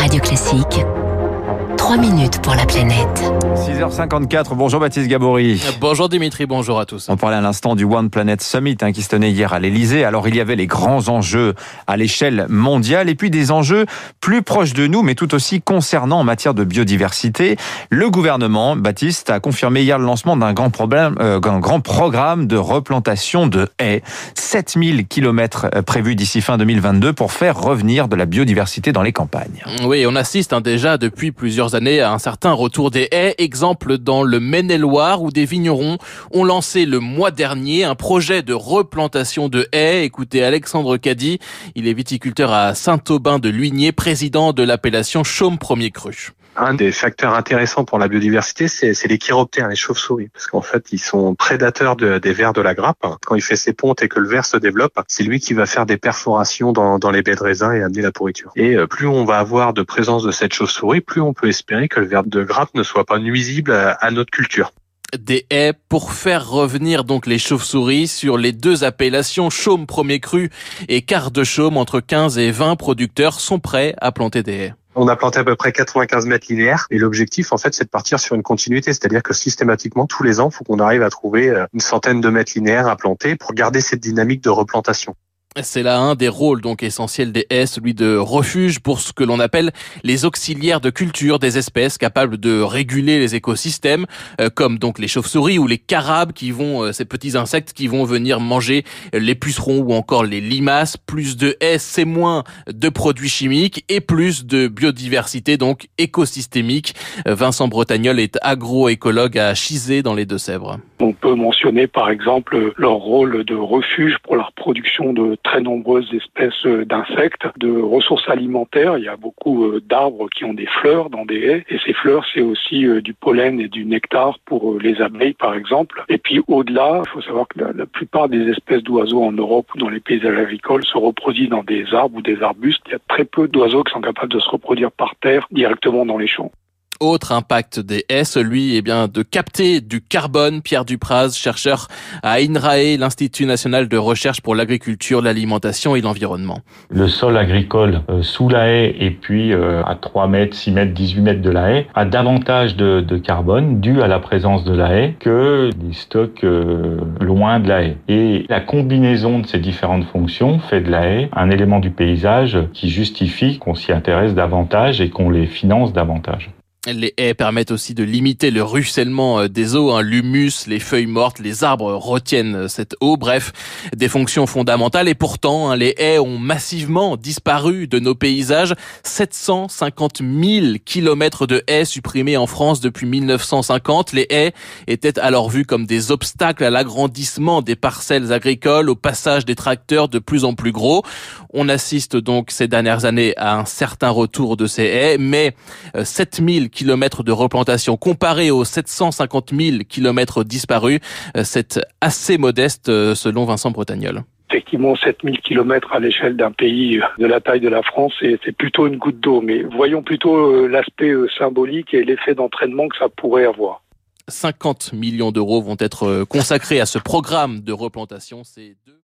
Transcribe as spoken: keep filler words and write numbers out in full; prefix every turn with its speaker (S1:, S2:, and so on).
S1: Radio Classique, trois minutes pour la planète.
S2: six heures cinquante-quatre, bonjour Baptiste Gabory.
S3: Bonjour Dimitri, bonjour à tous.
S2: On parlait à l'instant du One Planet Summit hein, qui se tenait hier à l'Elysée. Alors il y avait les grands enjeux à l'échelle mondiale et puis des enjeux plus proches de nous mais tout aussi concernants en matière de biodiversité. Le gouvernement, Baptiste, a confirmé hier le lancement d'un grand, problème, euh, un grand programme de replantation de haies. sept mille kilomètres prévus d'ici fin deux mille vingt-deux pour faire revenir de la biodiversité dans les campagnes.
S3: Oui, on assiste hein, déjà depuis plusieurs années à un certain retour des haies. Exemple dans le Maine-et-Loire où des vignerons ont lancé le mois dernier un projet de replantation de haies. Écoutez Alexandre Caddy, il est viticulteur à Saint-Aubin de Luigné, président de l'appellation Chaume Premier Cru.
S4: Un des facteurs intéressants pour la biodiversité, c'est, c'est les chiroptères, les chauves-souris, parce qu'en fait, ils sont prédateurs de, des vers de la grappe. Quand il fait ses pontes et que le ver se développe, c'est lui qui va faire des perforations dans, dans les baies de raisin et amener la pourriture. Et plus on va avoir de présence de cette chauve-souris, plus on peut espérer que le ver de grappe ne soit pas nuisible à, à notre culture.
S3: Des haies pour faire revenir donc les chauves-souris sur les deux appellations Chaume Premier Cru et Quart de Chaume. Entre quinze et vingt producteurs sont prêts à planter des haies.
S4: On a planté à peu près quatre-vingt-quinze mètres linéaires et l'objectif, en fait, c'est de partir sur une continuité. C'est-à-dire que systématiquement, tous les ans, il faut qu'on arrive à trouver une centaine de mètres linéaires à planter pour garder cette dynamique de replantation.
S3: C'est là un des rôles donc essentiels des haies, celui de refuge pour ce que l'on appelle les auxiliaires de culture des espèces capables de réguler les écosystèmes, euh, comme donc les chauves-souris ou les carabes qui vont, euh, ces petits insectes qui vont venir manger les pucerons ou encore les limaces. Plus de haies, c'est moins de produits chimiques et plus de biodiversité donc écosystémique. Vincent Bretagnol est agroécologue à Chizé dans les Deux-Sèvres.
S5: On peut mentionner par exemple leur rôle de refuge pour la reproduction de très nombreuses espèces d'insectes, de ressources alimentaires. Il y a beaucoup d'arbres qui ont des fleurs dans des haies et ces fleurs, c'est aussi du pollen et du nectar pour les abeilles par exemple. Et puis au-delà, il faut savoir que la, la plupart des espèces d'oiseaux en Europe ou dans les paysages agricoles se reproduisent dans des arbres ou des arbustes. Il y a très peu d'oiseaux qui sont capables de se reproduire par terre directement dans les champs.
S3: Autre impact des haies, celui eh bien de capter du carbone. Pierre Dupraz, chercheur à INRAE, l'Institut national de recherche pour l'agriculture, l'alimentation et l'environnement.
S6: Le sol agricole euh, sous la haie et puis euh, à trois mètres, six mètres, dix-huit mètres de la haie a davantage de, de carbone dû à la présence de la haie que les stocks euh, loin de la haie. Et la combinaison de ces différentes fonctions fait de la haie un élément du paysage qui justifie qu'on s'y intéresse davantage et qu'on les finance davantage.
S3: Les haies permettent aussi de limiter le ruissellement des eaux, hein, l'humus, les feuilles mortes, les arbres retiennent cette eau, bref, des fonctions fondamentales. Et pourtant, hein, les haies ont massivement disparu de nos paysages. sept cent cinquante mille kilomètres de haies supprimés en France depuis mille neuf cent cinquante. Les haies étaient alors vues comme des obstacles à l'agrandissement des parcelles agricoles, au passage des tracteurs de plus en plus gros. On assiste donc ces dernières années à un certain retour de ces haies, mais euh, sept mille kilomètres de replantation comparé aux sept cent cinquante mille kilomètres disparus, c'est assez modeste selon Vincent Bretagnol.
S5: Effectivement, sept mille kilomètres à l'échelle d'un pays de la taille de la France, c'est, c'est plutôt une goutte d'eau. Mais voyons plutôt l'aspect symbolique et l'effet d'entraînement que ça pourrait avoir.
S3: cinquante millions d'euros vont être consacrés à ce programme de replantation. C'est deux...